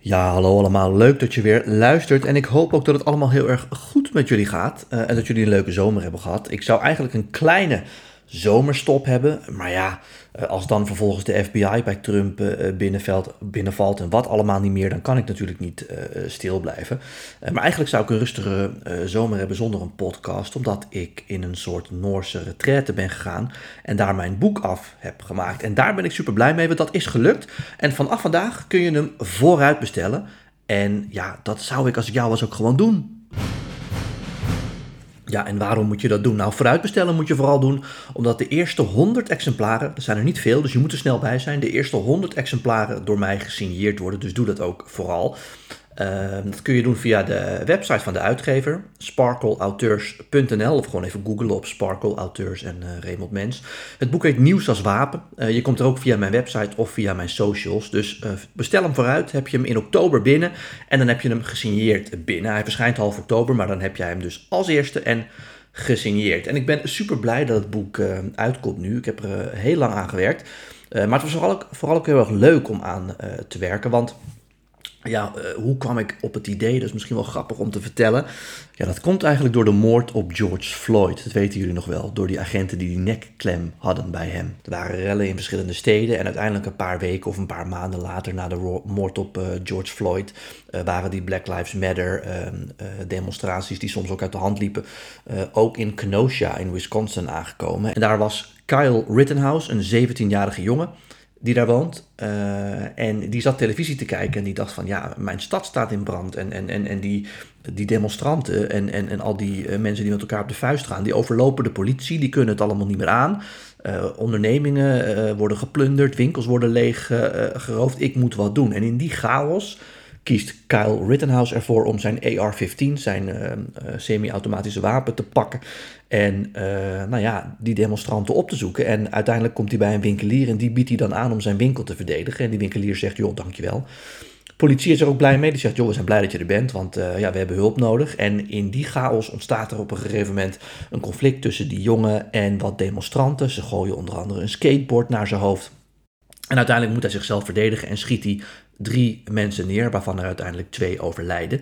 Ja, hallo allemaal. Leuk dat je weer luistert. En ik hoop ook dat het allemaal heel erg goed met jullie gaat. En dat jullie een leuke zomer hebben gehad. Ik zou eigenlijk een kleine zomerstop hebben. Maar ja, als dan vervolgens de FBI bij Trump binnenvalt en wat allemaal niet meer, dan kan ik natuurlijk niet stil blijven. Maar eigenlijk zou ik een rustige zomer hebben zonder een podcast. Omdat ik in een soort Noorse retraite ben gegaan. En daar mijn boek af heb gemaakt. En daar ben ik super blij mee, want dat is gelukt. En vanaf vandaag kun je hem vooruit bestellen. En ja, dat zou ik als ik jou was ook gewoon doen. Ja, en waarom moet je dat doen? Nou, vooruit bestellen moet je vooral doen omdat de eerste 100 exemplaren, er zijn er niet veel, dus je moet er snel bij zijn, de eerste 100 exemplaren door mij gesigneerd worden, dus doe dat ook vooral. Dat kun je doen via de website van de uitgever, sparkleauteurs.nl, of gewoon even googlen op Sparkle Auteurs en Raymond Mens. Het boek heet Nieuws als Wapen. Je komt er ook via mijn website of via mijn socials. Dus bestel hem vooruit, heb je hem in oktober binnen en dan heb je hem gesigneerd binnen. Hij verschijnt half oktober, maar dan heb jij hem dus als eerste en gesigneerd. En ik ben super blij dat het boek uitkomt nu. Ik heb er heel lang aan gewerkt. Maar het was vooral ook heel erg leuk om aan te werken, want ja, hoe kwam ik op het idee? Dat is misschien wel grappig om te vertellen. Ja, dat komt eigenlijk door de moord op George Floyd. Dat weten jullie nog wel. Door die agenten die nekklem hadden bij hem. Er waren rellen in verschillende steden. En uiteindelijk een paar weken of een paar maanden later, na de moord op George Floyd, waren die Black Lives Matter demonstraties, die soms ook uit de hand liepen, ook in Kenosha in Wisconsin aangekomen. En daar was Kyle Rittenhouse, een 17-jarige jongen die daar woont. En die zat televisie te kijken en die dacht van, ja, mijn stad staat in brand. En die demonstranten en al die mensen die met elkaar op de vuist gaan, die overlopen de politie, die kunnen het allemaal niet meer aan. Ondernemingen worden geplunderd, winkels worden leeg geroofd. Ik moet wat doen. En in die chaos kiest Kyle Rittenhouse ervoor om zijn AR-15, zijn semi-automatische wapen, te pakken. En nou ja, die demonstranten op te zoeken. En uiteindelijk komt hij bij een winkelier en die biedt hij dan aan om zijn winkel te verdedigen. En die winkelier zegt, joh, dankjewel. De politie is er ook blij mee. Die zegt, joh, we zijn blij dat je er bent, want ja, we hebben hulp nodig. En in die chaos ontstaat er op een gegeven moment een conflict tussen die jongen en wat demonstranten. Ze gooien onder andere een skateboard naar zijn hoofd. En uiteindelijk moet hij zichzelf verdedigen en schiet hij 3 mensen neer, waarvan er uiteindelijk 2 overlijden.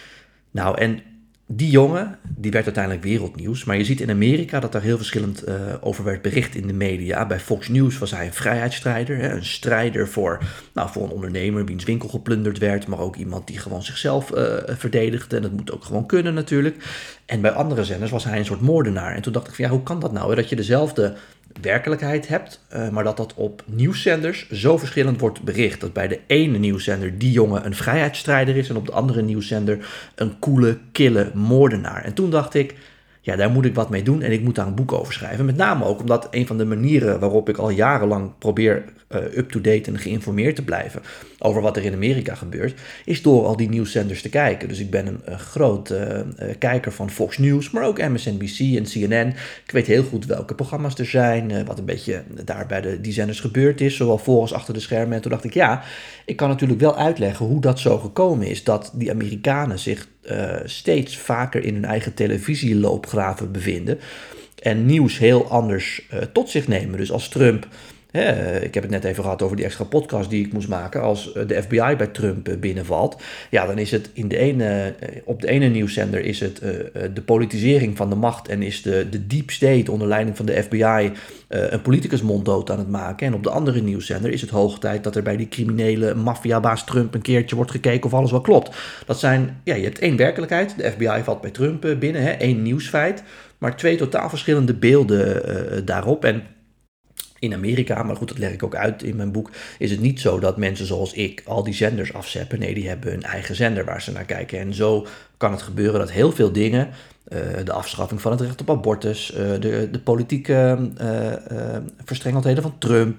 Nou, en die jongen, die werd uiteindelijk wereldnieuws. Maar je ziet in Amerika dat daar heel verschillend over werd bericht in de media. Bij Fox News was hij een vrijheidsstrijder. Hè, een strijder voor een ondernemer wiens winkel geplunderd werd. Maar ook iemand die gewoon zichzelf verdedigde. En dat moet ook gewoon kunnen natuurlijk. En bij andere zenders was hij een soort moordenaar. En toen dacht ik van, ja, hoe kan dat nou? Hè? Dat je dezelfde werkelijkheid hebt, maar dat op nieuwszenders zo verschillend wordt bericht. Dat bij de ene nieuwszender die jongen een vrijheidsstrijder is en op de andere nieuwszender een coole, kille moordenaar. En toen dacht ik, ja, daar moet ik wat mee doen en ik moet daar een boek over schrijven. Met name ook omdat een van de manieren waarop ik al jarenlang probeer up-to-date en geïnformeerd te blijven over wat er in Amerika gebeurt, is door al die nieuwszenders te kijken. Dus ik ben een groot kijker van Fox News, maar ook MSNBC en CNN. Ik weet heel goed welke programma's er zijn, wat een beetje daar bij die zenders gebeurd is, zowel voor als achter de schermen. En toen dacht ik, ja, ik kan natuurlijk wel uitleggen hoe dat zo gekomen is, dat die Amerikanen zich steeds vaker in hun eigen televisieloopgraven bevinden en nieuws heel anders tot zich nemen. Dus als Trump, ik heb het net even gehad over die extra podcast die ik moest maken, als de FBI bij Trump binnenvalt, ja, dan is het op de ene nieuwszender is het de politisering van de macht en is de deep state onder leiding van de FBI een politicus monddood aan het maken. En op de andere nieuwszender is het hoog tijd dat er bij die criminele maffiabaas Trump een keertje wordt gekeken of alles wel klopt. Dat zijn, ja, je hebt 1 werkelijkheid, de FBI valt bij Trump binnen, 1 nieuwsfeit, maar 2 totaal verschillende beelden daarop. En in Amerika, maar goed, dat leg ik ook uit in mijn boek, is het niet zo dat mensen zoals ik al die zenders afzeppen. Nee, die hebben hun eigen zender waar ze naar kijken. En zo kan het gebeuren dat heel veel dingen, de afschaffing van het recht op abortus, de politieke verstrengeldheden van Trump,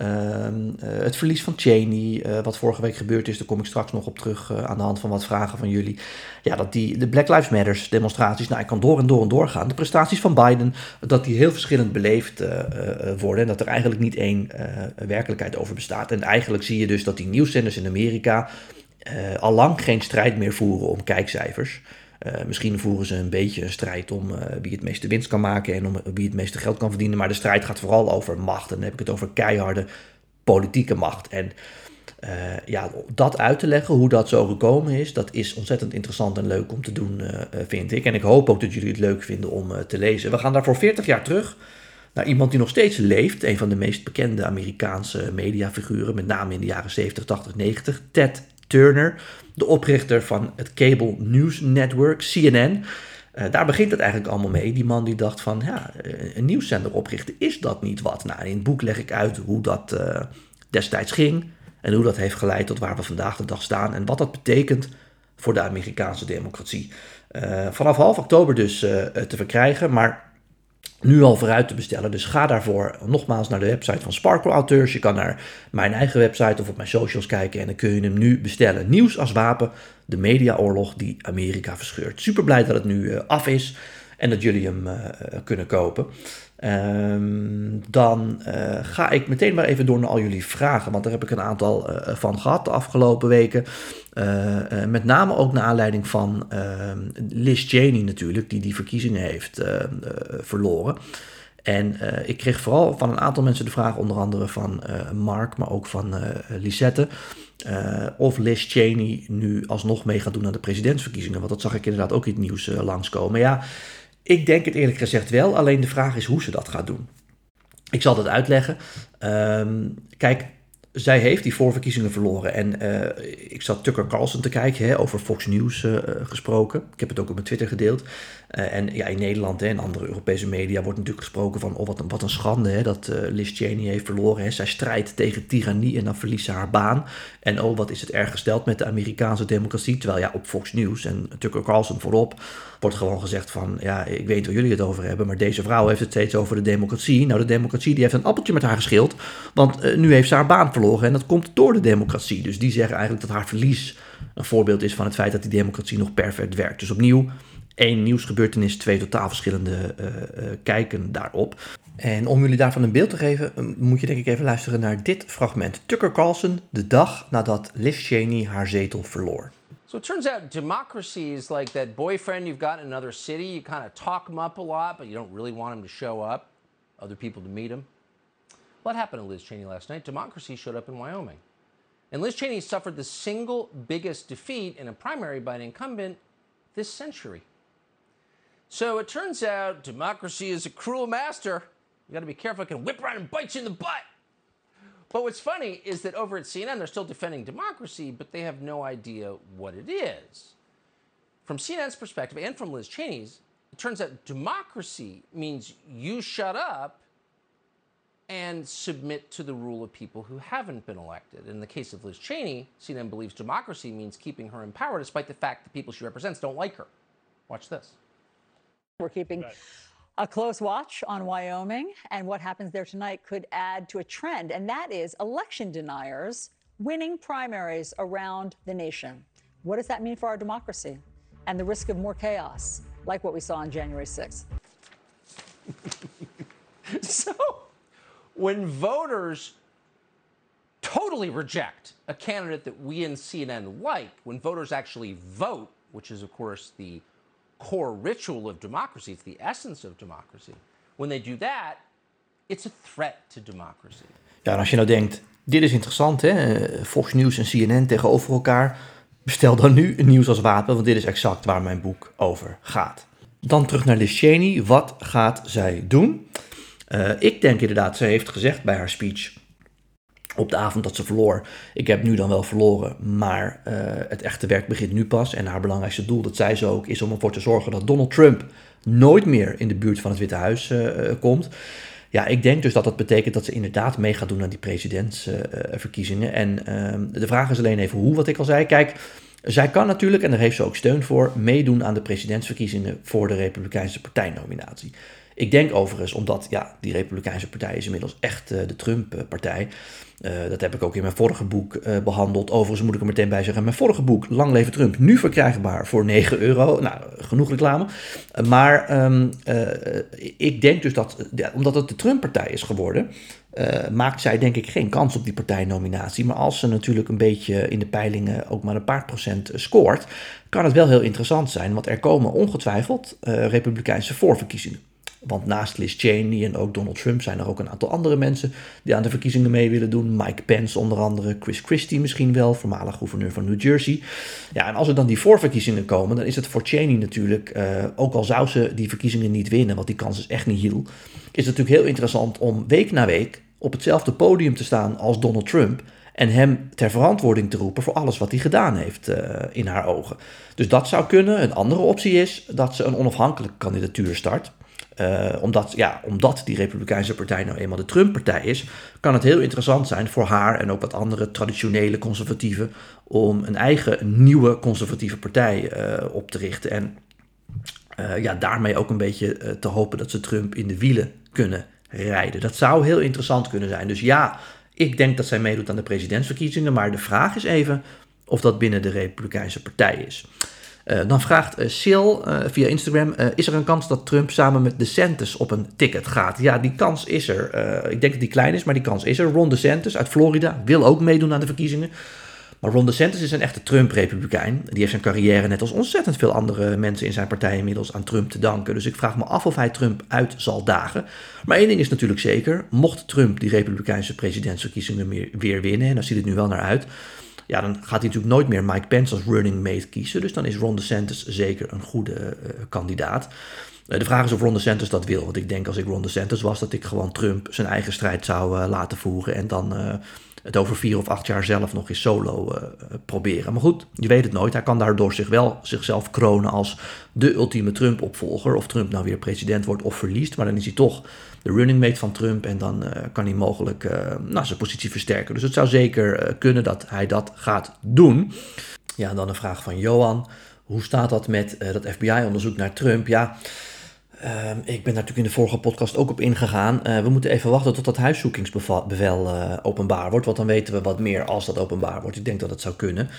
het verlies van Cheney, wat vorige week gebeurd is, daar kom ik straks nog op terug aan de hand van wat vragen van jullie. Ja, dat de Black Lives Matter demonstraties, nou, ik kan door en door en door gaan. De prestaties van Biden, dat die heel verschillend beleefd worden en dat er eigenlijk niet 1 werkelijkheid over bestaat. En eigenlijk zie je dus dat die nieuwszenders in Amerika al lang geen strijd meer voeren om kijkcijfers. Misschien voeren ze een beetje een strijd om wie het meeste winst kan maken en om wie het meeste geld kan verdienen. Maar de strijd gaat vooral over macht. En dan heb ik het over keiharde politieke macht. En Dat uit te leggen, hoe dat zo gekomen is, dat is ontzettend interessant en leuk om te doen, vind ik. En ik hoop ook dat jullie het leuk vinden om te lezen. We gaan daarvoor 40 jaar terug naar iemand die nog steeds leeft. Een van de meest bekende Amerikaanse mediafiguren, met name in de jaren 70, 80, 90. Ted Turner, de oprichter van het Cable News Network, CNN. Daar begint het eigenlijk allemaal mee. Die man die dacht van, een nieuwszender oprichten, is dat niet wat? Nou, in het boek leg ik uit hoe dat destijds ging en hoe dat heeft geleid tot waar we vandaag de dag staan en wat dat betekent voor de Amerikaanse democratie. Vanaf half oktober dus te verkrijgen, maar nu al vooruit te bestellen. Dus ga daarvoor nogmaals naar de website van Sparkle Auteurs. Je kan naar mijn eigen website of op mijn socials kijken en dan kun je hem nu bestellen. Nieuws als wapen, de mediaoorlog die Amerika verscheurt. Super blij dat het nu af is en dat jullie hem kunnen kopen. Dan ga ik meteen maar even door naar al jullie vragen, want daar heb ik een aantal van gehad de afgelopen weken. Met name ook naar aanleiding van Liz Cheney natuurlijk, die verkiezingen heeft verloren. En ik kreeg vooral van een aantal mensen de vraag, onder andere van Mark, maar ook van Lisette, of Liz Cheney nu alsnog mee gaat doen aan de presidentsverkiezingen. Want dat zag ik inderdaad ook in het nieuws langskomen. Ja, ik denk het eerlijk gezegd wel, alleen de vraag is hoe ze dat gaat doen. Ik zal dat uitleggen. Kijk, zij heeft die voorverkiezingen verloren en ik zat Tucker Carlson te kijken, over Fox News gesproken. Ik heb het ook op mijn Twitter gedeeld. En ja, in Nederland en andere Europese media wordt natuurlijk gesproken van wat een schande dat Liz Cheney heeft verloren. Zij strijdt tegen tirannie en dan verliest ze haar baan. En wat is het erg gesteld met de Amerikaanse democratie. Terwijl op Fox News en Tucker Carlson voorop wordt gewoon gezegd van, ik weet waar jullie het over hebben, maar deze vrouw heeft het steeds over de democratie. Nou, de democratie die heeft een appeltje met haar geschild, want nu heeft ze haar baan verloren en dat komt door de democratie. Dus die zeggen eigenlijk dat haar verlies een voorbeeld is van het feit dat die democratie nog perfect werkt. Dus opnieuw, 1 nieuwsgebeurtenis, 2 totaal verschillende kijken daarop. En om jullie daarvan een beeld te geven, moet je denk ik even luisteren naar dit fragment. Tucker Carlson, de dag nadat Liz Cheney haar zetel verloor. So it turns out democracy is like that boyfriend you've got in another city. You kind of talk him up a lot, but you don't really want him to show up, other people to meet him. What happened to Liz Cheney last night? Democracy showed up in Wyoming. And Liz Cheney suffered the single biggest defeat in a primary by an incumbent this century. So it turns out democracy is a cruel master. You got to be careful, it can whip around and bite you in the butt. But what's funny is that over at CNN, they're still defending democracy, but they have no idea what it is. From CNN's perspective and from Liz Cheney's, it turns out democracy means you shut up and submit to the rule of people who haven't been elected. In the case of Liz Cheney, CNN believes democracy means keeping her in power despite the fact the people she represents don't like her. Watch this. We're keeping a close watch on Wyoming, and what happens there tonight could add to a trend, and that is election deniers winning primaries around the nation. What does that mean for our democracy and the risk of more chaos, like what we saw on January 6th? So, when voters totally reject a candidate that we in CNN like, when voters actually vote, which is, of course, the core ritual of democracy, it's the essence of democracy. When they do that, it's a threat to democracy. Ja, en als je nou denkt, dit is interessant, Fox News en CNN tegenover elkaar, bestel dan nu een nieuws als wapen, want dit is exact waar mijn boek over gaat. Dan terug naar Liz Cheney. Wat gaat zij doen? Ik denk inderdaad, zij heeft gezegd bij haar speech op de avond dat ze verloor, ik heb nu dan wel verloren, maar het echte werk begint nu pas. En haar belangrijkste doel, dat zei ze ook, is om ervoor te zorgen dat Donald Trump nooit meer in de buurt van het Witte Huis komt. Ja, ik denk dus dat dat betekent dat ze inderdaad mee gaat doen aan die presidentsverkiezingen. En de vraag is alleen even hoe, wat ik al zei. Kijk, zij kan natuurlijk, en daar heeft ze ook steun voor, meedoen aan de presidentsverkiezingen voor de Republikeinse partijnominatie. Ik denk overigens, omdat die Republikeinse partij is inmiddels echt de Trump-partij. Dat heb ik ook in mijn vorige boek behandeld. Overigens moet ik er meteen bij zeggen, mijn vorige boek, Lang Leven Trump, nu verkrijgbaar voor €9. Nou, genoeg reclame. Maar ik denk dus dat, omdat het de Trump-partij is geworden, maakt zij denk ik geen kans op die partijnominatie. Maar als ze natuurlijk een beetje in de peilingen ook maar een paar procent scoort, kan het wel heel interessant zijn. Want er komen ongetwijfeld Republikeinse voorverkiezingen. Want naast Liz Cheney en ook Donald Trump zijn er ook een aantal andere mensen die aan de verkiezingen mee willen doen. Mike Pence onder andere, Chris Christie misschien wel, voormalig gouverneur van New Jersey. Ja, en als er dan die voorverkiezingen komen, dan is het voor Cheney natuurlijk, ook al zou ze die verkiezingen niet winnen, want die kans is echt niet heel, is het natuurlijk heel interessant om week na week op hetzelfde podium te staan als Donald Trump en hem ter verantwoording te roepen voor alles wat hij gedaan heeft in haar ogen. Dus dat zou kunnen. Een andere optie is dat ze een onafhankelijke kandidatuur start. Omdat die Republikeinse partij nou eenmaal de Trump-partij is, kan het heel interessant zijn voor haar en ook wat andere traditionele conservatieven om een eigen nieuwe conservatieve partij op te richten. En daarmee ook een beetje te hopen dat ze Trump in de wielen kunnen rijden. Dat zou heel interessant kunnen zijn. Dus ja, ik denk dat zij meedoet aan de presidentsverkiezingen, maar de vraag is even of dat binnen de Republikeinse partij is. Dan vraagt Sil via Instagram, is er een kans dat Trump samen met DeSantis op een ticket gaat? Ja, die kans is er. Ik denk dat die klein is, maar die kans is er. Ron DeSantis uit Florida wil ook meedoen aan de verkiezingen. Maar Ron DeSantis is een echte Trump-republikein. Die heeft zijn carrière net als ontzettend veel andere mensen in zijn partij inmiddels aan Trump te danken. Dus ik vraag me af of hij Trump uit zal dagen. Maar één ding is natuurlijk zeker. Mocht Trump die Republikeinse presidentsverkiezingen weer winnen, en daar ziet het nu wel naar uit, ja, dan gaat hij natuurlijk nooit meer Mike Pence als running mate kiezen. Dus dan is Ron DeSantis zeker een goede kandidaat. De vraag is of Ron DeSantis dat wil. Want ik denk als ik Ron DeSantis was, dat ik gewoon Trump zijn eigen strijd zou laten voeren. En dan het over 4 of 8 jaar zelf nog eens solo proberen. Maar goed, je weet het nooit. Hij kan daardoor zichzelf kronen als de ultieme Trump-opvolger. Of Trump nou weer president wordt of verliest. Maar dan is hij toch de running mate van Trump. En dan kan hij mogelijk zijn positie versterken. Dus het zou zeker kunnen dat hij dat gaat doen. Ja, en dan een vraag van Johan. Hoe staat dat met dat FBI-onderzoek naar Trump? Ja, ik ben daar natuurlijk in de vorige podcast ook op ingegaan. We moeten even wachten tot dat huiszoekingsbevel openbaar wordt. Want dan weten we wat meer als dat openbaar wordt. Ik denk dat het zou kunnen.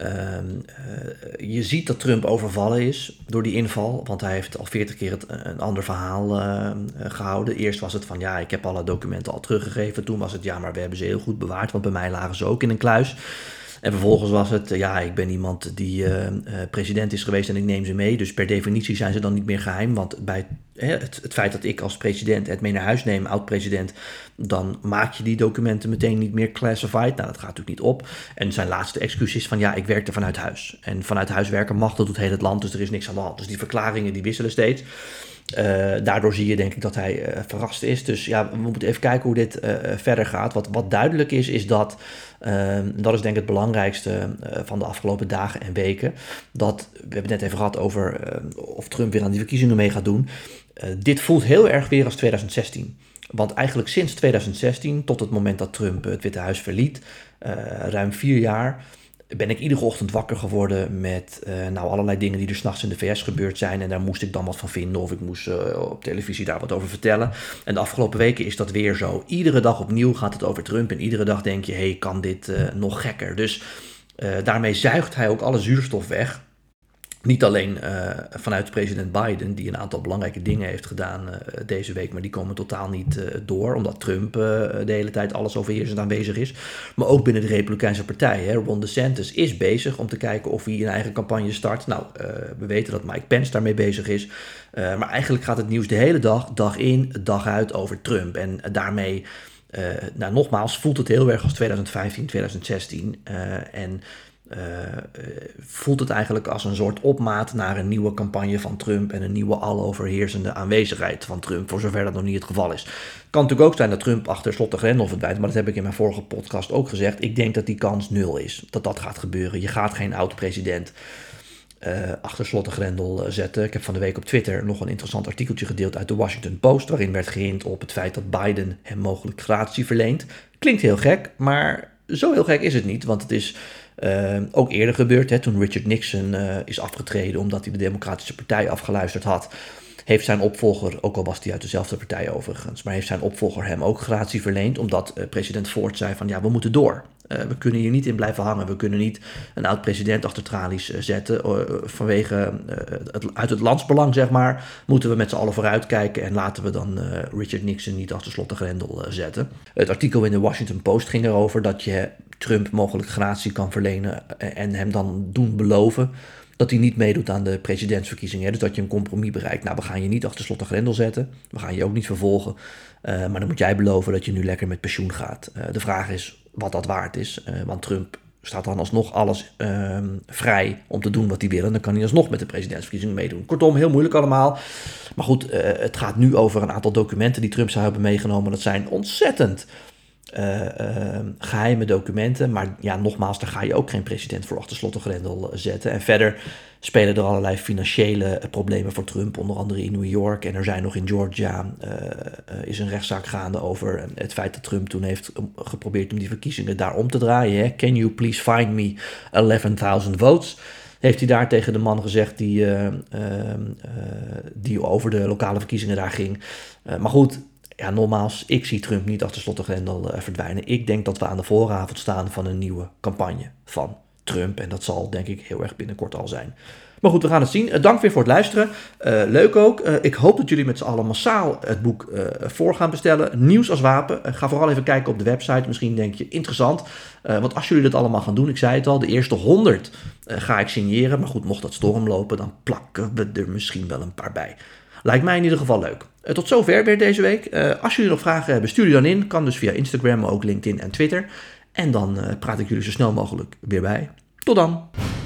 Je ziet dat Trump overvallen is door die inval. Want hij heeft al 40 keer een ander verhaal gehouden. Eerst was het van ja, ik heb alle documenten al teruggegeven. Toen was het ja, maar we hebben ze heel goed bewaard. Want bij mij lagen ze ook in een kluis. En vervolgens was het, ja, ik ben iemand die president is geweest en ik neem ze mee. Dus per definitie zijn ze dan niet meer geheim. Want bij het feit dat ik als president het mee naar huis neem, oud-president, dan maak je die documenten meteen niet meer classified. Nou, dat gaat natuurlijk niet op. En zijn laatste excuus is van ja, ik werkte vanuit huis. En vanuit huis werken mag, dat doet heel het land, dus er is niks aan de hand. Dus die verklaringen die wisselen steeds. Daardoor zie je denk ik dat hij verrast is. Dus ja, we moeten even kijken hoe dit verder gaat. Wat duidelijk is dat, dat is denk ik het belangrijkste van de afgelopen dagen en weken, dat, we hebben het net even gehad over of Trump weer aan die verkiezingen mee gaat doen. Dit voelt heel erg weer als 2016. Want eigenlijk sinds 2016, tot het moment dat Trump het Witte Huis verliet, ruim 4 jaar, ben ik iedere ochtend wakker geworden met allerlei dingen die er 's nachts in de VS gebeurd zijn. En daar moest ik dan wat van vinden of ik moest op televisie daar wat over vertellen. En de afgelopen weken is dat weer zo. Iedere dag opnieuw gaat het over Trump en iedere dag denk je, hey, kan dit nog gekker? Dus daarmee zuigt hij ook alle zuurstof weg. Niet alleen vanuit president Biden, die een aantal belangrijke dingen heeft gedaan deze week, maar die komen totaal niet door, omdat Trump de hele tijd alles overheersend aanwezig is. Maar ook binnen de Republikeinse partij. Hè. Ron DeSantis is bezig om te kijken of hij een eigen campagne start. Nou, we weten dat Mike Pence daarmee bezig is. Maar eigenlijk gaat het nieuws de hele dag in, dag uit over Trump. En daarmee, nogmaals, voelt het heel erg als 2015, 2016. Voelt het eigenlijk als een soort opmaat naar een nieuwe campagne van Trump en een nieuwe aloverheersende aanwezigheid van Trump, voor zover dat nog niet het geval is. Het kan natuurlijk ook zijn dat Trump achter slot en grendel verdwijnt, maar dat heb ik in mijn vorige podcast ook gezegd. Ik denk dat die kans 0 is, dat gaat gebeuren. Je gaat geen oud-president achter slot en grendel zetten. Ik heb van de week op Twitter nog een interessant artikeltje gedeeld uit de Washington Post, waarin werd gehint op het feit dat Biden hem mogelijk gratie verleent. Klinkt heel gek, maar zo heel gek is het niet, want het is ook eerder gebeurd, hè, toen Richard Nixon is afgetreden omdat hij de Democratische Partij afgeluisterd had, heeft zijn opvolger, ook al was hij uit dezelfde partij overigens, maar heeft zijn opvolger hem ook gratie verleend, omdat president Ford zei van ja, we moeten door. We kunnen hier niet in blijven hangen. We kunnen niet een oud-president achter tralies zetten. Vanwege uit het landsbelang, zeg maar, moeten we met z'n allen vooruitkijken en laten we dan Richard Nixon niet achter slot en grendel zetten. Het artikel in de Washington Post ging erover dat je Trump mogelijk gratie kan verlenen en hem dan doen beloven dat hij niet meedoet aan de presidentsverkiezingen. Dus dat je een compromis bereikt. Nou, we gaan je niet achter slot en grendel zetten. We gaan je ook niet vervolgen. Maar dan moet jij beloven dat je nu lekker met pensioen gaat. De vraag is wat dat waard is. Want Trump staat dan alsnog alles vrij om te doen wat hij wil. En dan kan hij alsnog met de presidentsverkiezingen meedoen. Kortom, heel moeilijk allemaal. Maar goed, het gaat nu over een aantal documenten die Trump zou hebben meegenomen. Dat zijn ontzettend geheime documenten. Maar ja, nogmaals, daar ga je ook geen president voor achter slot en grendel zetten. En verder spelen er allerlei financiële problemen voor Trump. Onder andere in New York. En er zijn nog in Georgia is een rechtszaak gaande over het feit dat Trump toen heeft geprobeerd om die verkiezingen daar om te draaien. Hè? Can you please find me 11,000 votes? Heeft hij daar tegen de man gezegd die over de lokale verkiezingen daar ging. Maar goed, ja, nogmaals, ik zie Trump niet achter slot en grendel verdwijnen. Ik denk dat we aan de vooravond staan van een nieuwe campagne van Trump. En dat zal denk ik heel erg binnenkort al zijn. Maar goed, we gaan het zien. Dank weer voor het luisteren. Leuk ook. Ik hoop dat jullie met z'n allen massaal het boek voor gaan bestellen. Nieuws als wapen. Ga vooral even kijken op de website. Misschien denk je, interessant. Want als jullie dat allemaal gaan doen, ik zei het al, de eerste 100 ga ik signeren. Maar goed, mocht dat storm lopen, dan plakken we er misschien wel een paar bij. Lijkt mij in ieder geval leuk. Tot zover weer deze week. Als jullie nog vragen hebben, stuur die dan in. Kan dus via Instagram, maar ook LinkedIn en Twitter. En dan praat ik jullie zo snel mogelijk weer bij. Tot dan!